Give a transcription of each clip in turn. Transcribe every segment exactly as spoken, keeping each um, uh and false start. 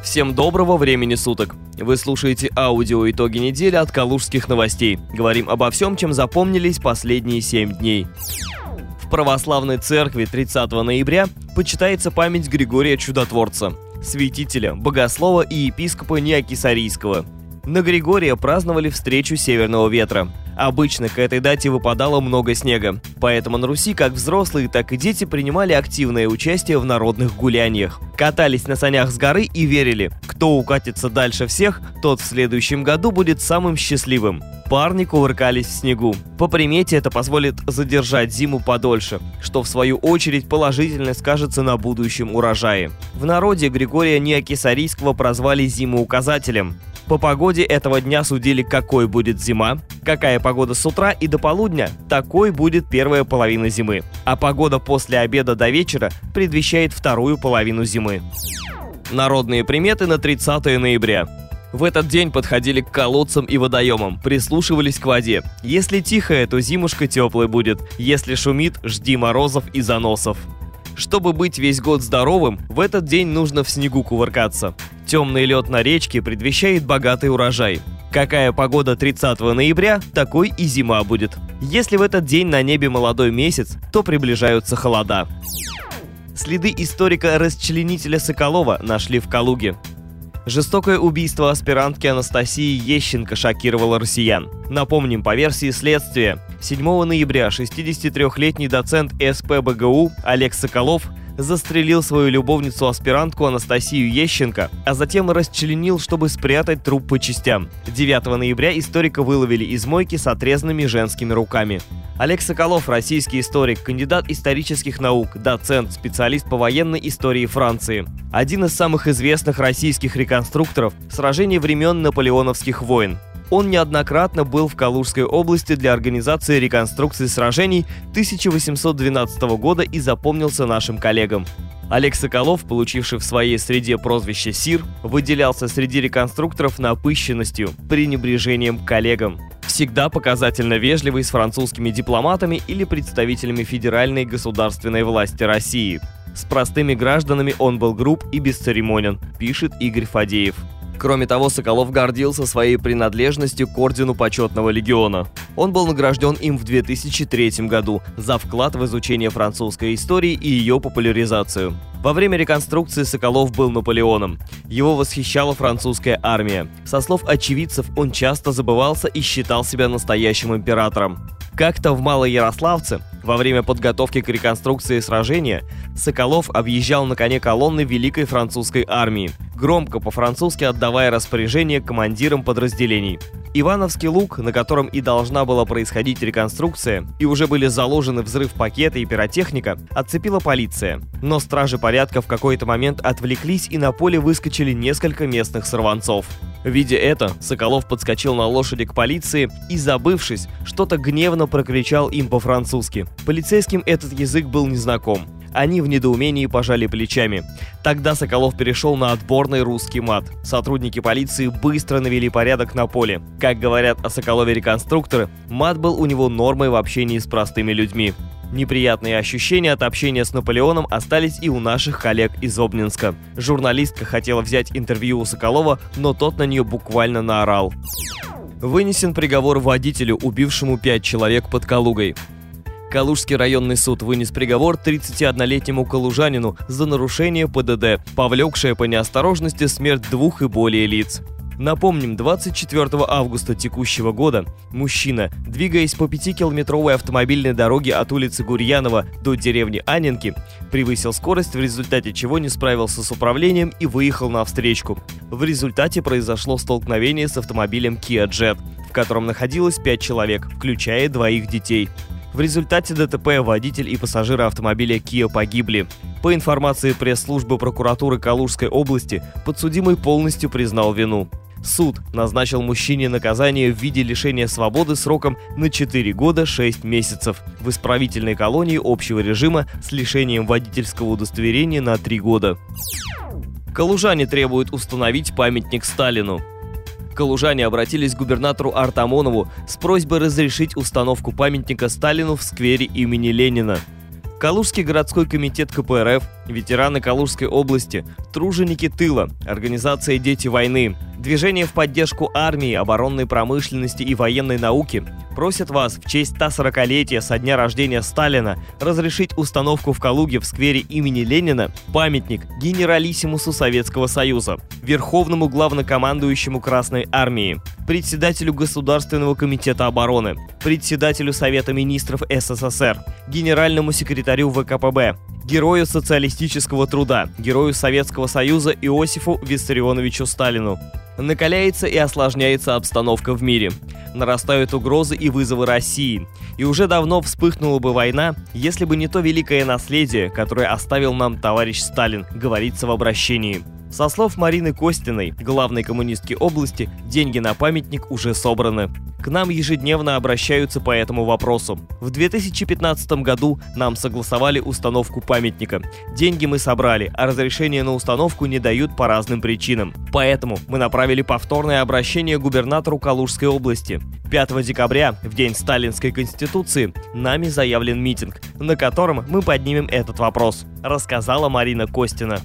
Всем доброго времени суток! Вы слушаете аудио «Итоги недели» от Калужских новостей. Говорим обо всем, чем запомнились последние семь дней. В православной церкви тридцатого ноября почитается память Григория Чудотворца, святителя, богослова и епископа Неокесарийского. На Григория праздновали встречу Северного ветра. Обычно к этой дате выпадало много снега, поэтому на Руси как взрослые, так и дети принимали активное участие в народных гуляниях. Катались на санях с горы и верили, кто укатится дальше всех, тот в следующем году будет самым счастливым. Парни кувыркались в снегу. По примете это позволит задержать зиму подольше, что в свою очередь положительно скажется на будущем урожае. В народе Григория Неокесарийского прозвали зимоуказателем. По погоде этого дня судили, какой будет зима, какая погода с утра и до полудня, такой будет первая половина зимы, а погода после обеда до вечера предвещает вторую половину зимы. Народные приметы на тридцатое ноября. В этот день подходили к колодцам и водоемам, прислушивались к воде. Если тихо, то зимушка теплой будет, если шумит, жди морозов и заносов. Чтобы быть весь год здоровым, в этот день нужно в снегу кувыркаться. Темный лед на речке предвещает богатый урожай. Какая погода тридцатого ноября, такой и зима будет. Если в этот день на небе молодой месяц, то приближаются холода. Следы историка-расчленителя Соколова нашли в Калуге. Жестокое убийство аспирантки Анастасии Ещенко шокировало россиян. Напомним, по версии следствия, седьмого ноября шестидесятитрёхлетний доцент эс пэ бэ гэ у Олег Соколов застрелил свою любовницу-аспирантку Анастасию Ещенко, а затем расчленил, чтобы спрятать труп по частям. девятого ноября историка выловили из мойки с отрезанными женскими руками. Олег Соколов – российский историк, кандидат исторических наук, доцент, специалист по военной истории Франции. Один из самых известных российских реконструкторов сражений времен наполеоновских войн. Он неоднократно был в Калужской области для организации реконструкции сражений тысяча восемьсот двенадцатого года и запомнился нашим коллегам. Олег Соколов, получивший в своей среде прозвище «Сир», выделялся среди реконструкторов напыщенностью, пренебрежением к коллегам. Всегда показательно вежливый с французскими дипломатами или представителями федеральной государственной власти России. С простыми гражданами он был груб и бесцеремонен, пишет Игорь Фадеев. Кроме того, Соколов гордился своей принадлежностью к ордену Почетного легиона. Он был награжден им в две тысячи третьем году за вклад в изучение французской истории и ее популяризацию. Во время реконструкции Соколов был Наполеоном. Его восхищала французская армия. Со слов очевидцев, он часто забывался и считал себя настоящим императором. Как-то в Малоярославце, во время подготовки к реконструкции сражения, Соколов объезжал на коне колонны Великой французской армии, громко по-французски отдавая распоряжения командирам подразделений. Ивановский луг, на котором и должна была происходить реконструкция, и уже были заложены взрыв-пакеты и пиротехника, отцепила полиция. Но стражи порядка в какой-то момент отвлеклись, и на поле выскочили несколько местных сорванцов. Видя это, Соколов подскочил на лошади к полиции и, забывшись, что-то гневно прокричал им по-французски. Полицейским этот язык был незнаком. Они в недоумении пожали плечами. Тогда Соколов перешел на отборный русский мат. Сотрудники полиции быстро навели порядок на поле. Как говорят о Соколове реконструкторы, мат был у него нормой в общении с простыми людьми. Неприятные ощущения от общения с Наполеоном остались и у наших коллег из Обнинска. Журналистка хотела взять интервью у Соколова, но тот на нее буквально наорал. Вынесен приговор водителю, убившему пять человек под Калугой. Калужский районный суд вынес приговор тридцатиоднолетнему калужанину за нарушение пэ дэ дэ, повлекшее по неосторожности смерть двух и более лиц. Напомним, двадцать четвёртого августа текущего года мужчина, двигаясь по пятикилометровой автомобильной дороге от улицы Гурьянова до деревни Анненки, превысил скорость, в результате чего не справился с управлением и выехал на встречку. В результате произошло столкновение с автомобилем Kia Jet, в котором находилось пять человек, включая двоих детей. В результате дэ тэ пэ водитель и пассажиры автомобиля Kia погибли. По информации пресс-службы прокуратуры Калужской области, подсудимый полностью признал вину. Суд назначил мужчине наказание в виде лишения свободы сроком на четыре года шесть месяцев в исправительной колонии общего режима с лишением водительского удостоверения на три года. Калужане требуют установить памятник Сталину. Калужане обратились к губернатору Артамонову с просьбой разрешить установку памятника Сталину в сквере имени Ленина. Калужский городской комитет ка пэ эр эф, ветераны Калужской области, труженики тыла, организация «Дети войны», движение в поддержку армии, оборонной промышленности и военной науки просят вас в честь ста сорокалетия со дня рождения Сталина разрешить установку в Калуге в сквере имени Ленина памятник генералиссимусу Советского Союза, верховному главнокомандующему Красной армии, председателю Государственного комитета обороны, председателю Совета министров эс эс эс эр, генеральному секретарю вэ ка пэ бэ, герою социалистического труда, герою Советского Союза Иосифу Виссарионовичу Сталину. Накаляется и осложняется обстановка в мире. Нарастают угрозы и вызовы России. И уже давно вспыхнула бы война, если бы не то великое наследие, которое оставил нам товарищ Сталин, говорится в обращении. Со слов Марины Костиной, главной коммунистки области, деньги на памятник уже собраны. К нам ежедневно обращаются по этому вопросу. В две тысячи пятнадцатом году нам согласовали установку памятника. Деньги мы собрали, а разрешение на установку не дают по разным причинам. Поэтому мы направили повторное обращение губернатору Калужской области. пятого декабря, в день Сталинской Конституции, нами заявлен митинг, на котором мы поднимем этот вопрос, рассказала Марина Костина.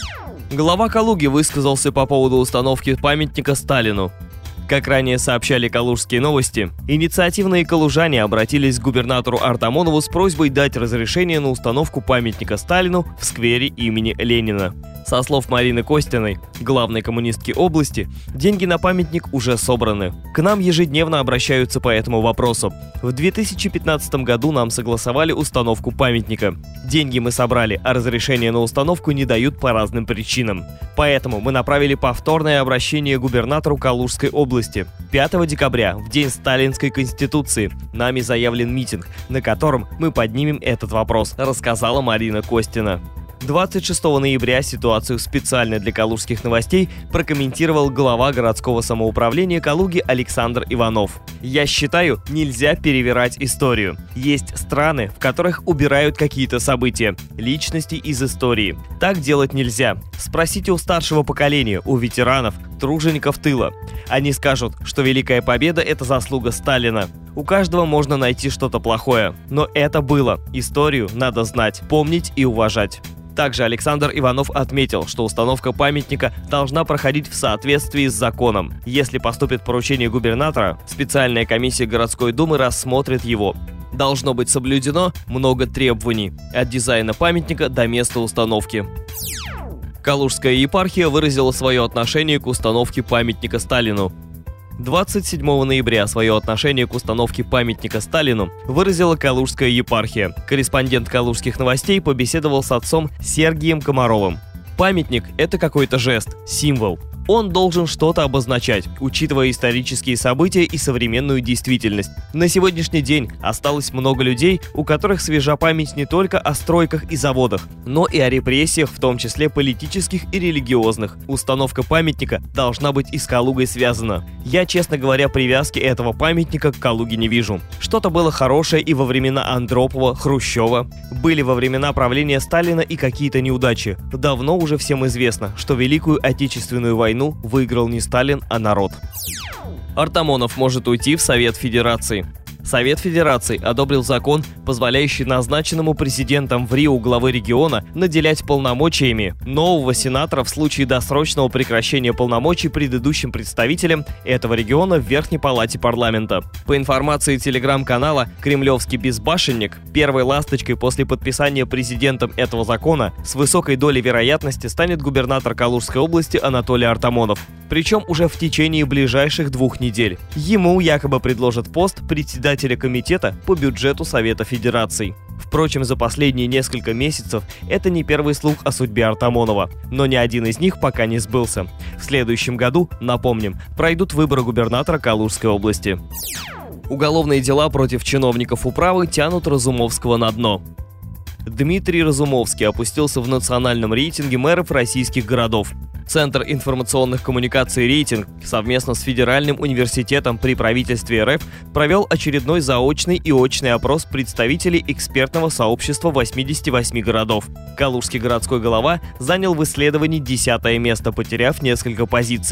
Глава Калуги высказался по поводу установки памятника Сталину. Как ранее сообщали Калужские новости, инициативные калужане обратились к губернатору Артамонову с просьбой дать разрешение на установку памятника Сталину в сквере имени Ленина. Со слов Марины Костиной, главной коммунистки области, деньги на памятник уже собраны. К нам ежедневно обращаются по этому вопросу. В две тысячи пятнадцатом году нам согласовали установку памятника. Деньги мы собрали, а разрешение на установку не дают по разным причинам. Поэтому мы направили повторное обращение губернатору Калужской области. пятого декабря, в день Сталинской Конституции, нами заявлен митинг, на котором мы поднимем этот вопрос, рассказала Марина Костина. двадцать шестого ноября ситуацию специально для Калужских новостей прокомментировал глава городского самоуправления Калуги Александр Иванов. «Я считаю, нельзя перевирать историю. Есть страны, в которых убирают какие-то события, личности из истории. Так делать нельзя. Спросите у старшего поколения, у ветеранов, тружеников тыла. Они скажут, что Великая Победа – это заслуга Сталина. У каждого можно найти что-то плохое, но это было. Историю надо знать, помнить и уважать». Также Александр Иванов отметил, что установка памятника должна проходить в соответствии с законом. Если поступит поручение губернатора, специальная комиссия городской думы рассмотрит его. Должно быть соблюдено много требований, от дизайна памятника до места установки. Калужская епархия выразила свое отношение к установке памятника Сталину. двадцать седьмого ноября свое отношение к установке памятника Сталину выразила Калужская епархия. Корреспондент Калужских новостей побеседовал с отцом Сергием Комаровым. Памятник – это какой-то жест, символ. Он должен что-то обозначать, учитывая исторические события и современную действительность. На сегодняшний день осталось много людей, у которых свежа память не только о стройках и заводах, но и о репрессиях, в том числе политических и религиозных. Установка памятника должна быть и с Калугой связана. Я, честно говоря, привязки этого памятника к Калуге не вижу. Что-то было хорошее и во времена Андропова, Хрущева. Были во времена правления Сталина и какие-то неудачи. Давно уже всем известно, что Великую Отечественную войну выиграл не Сталин, а народ. Артамонов может уйти в Совет Федерации. Совет Федерации одобрил закон, позволяющий назначенному президентом в Рио главы региона наделять полномочиями нового сенатора в случае досрочного прекращения полномочий предыдущим представителям этого региона в Верхней палате парламента. По информации телеграм-канала «Кремлевский безбашенник», первой ласточкой после подписания президентом этого закона с высокой долей вероятности станет губернатор Калужской области Анатолий Артамонов. Причем уже в течение ближайших двух недель. Ему якобы предложат пост председателя комитета по бюджету Совета Федерации. Впрочем, за последние несколько месяцев это не первый слух о судьбе Артамонова, но ни один из них пока не сбылся. В следующем году, напомним, пройдут выборы губернатора Калужской области. Уголовные дела против чиновников управы тянут Разумовского на дно. Дмитрий Разумовский опустился в национальном рейтинге мэров российских городов. Центр информационных коммуникаций «Рейтинг» совместно с Федеральным университетом при правительстве эр эф провел очередной заочный и очный опрос представителей экспертного сообщества восьмидесяти восьми городов. Калужский городской голова занял в исследовании десятое место, потеряв несколько позиций.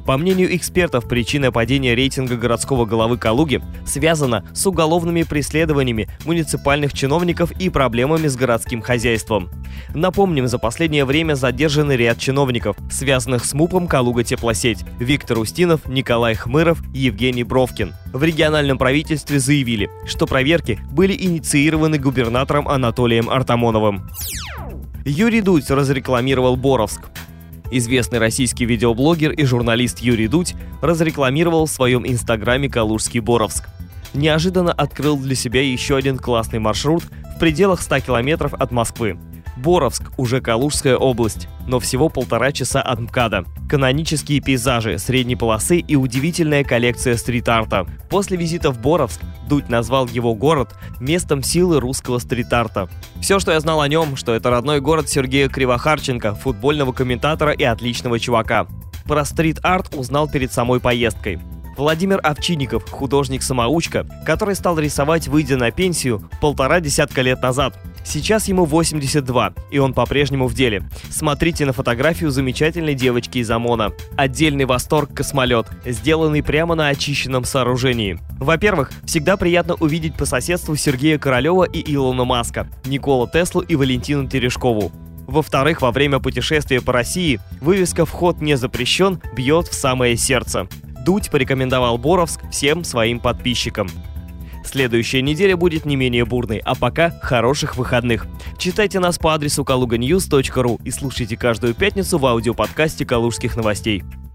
По мнению экспертов, причина падения рейтинга городского главы Калуги связана с уголовными преследованиями муниципальных чиновников и проблемами с городским хозяйством. Напомним, за последнее время задержаны ряд чиновников, связанных с МУПом «Калуга-Теплосеть» — Виктор Устинов, Николай Хмыров и Евгений Бровкин. В региональном правительстве заявили, что проверки были инициированы губернатором Анатолием Артамоновым. Юрий Дудь разрекламировал Боровск. Известный российский видеоблогер и журналист Юрий Дудь разрекламировал в своем инстаграме калужский Боровск. Неожиданно открыл для себя еще один классный маршрут в пределах ста километров от Москвы. Боровск – уже Калужская область, но всего полтора часа от МКАДа. Канонические пейзажи, средней полосы и удивительная коллекция стрит-арта. После визита в Боровск Дудь назвал его город местом силы русского стрит-арта. Все, что я знал о нем, что это родной город Сергея Кривохарченко, футбольного комментатора и отличного чувака. Про стрит-арт узнал перед самой поездкой. Владимир Овчинников, художник-самоучка, который стал рисовать, выйдя на пенсию, полтора десятка лет назад. Сейчас ему восемьдесят два, и он по-прежнему в деле. Смотрите на фотографию замечательной девочки из ОМОНа. Отдельный восторг космолет, сделанный прямо на очищенном сооружении. Во-первых, всегда приятно увидеть по соседству Сергея Королева и Илона Маска, Николу Теслу и Валентину Терешкову. Во-вторых, во время путешествия по России вывеска «Вход не запрещен» бьет в самое сердце. Дудь порекомендовал Боровск всем своим подписчикам. Следующая неделя будет не менее бурной, а пока хороших выходных. Читайте нас по адресу калуганьюз точка ру и слушайте каждую пятницу в аудиоподкасте «Калужских новостей».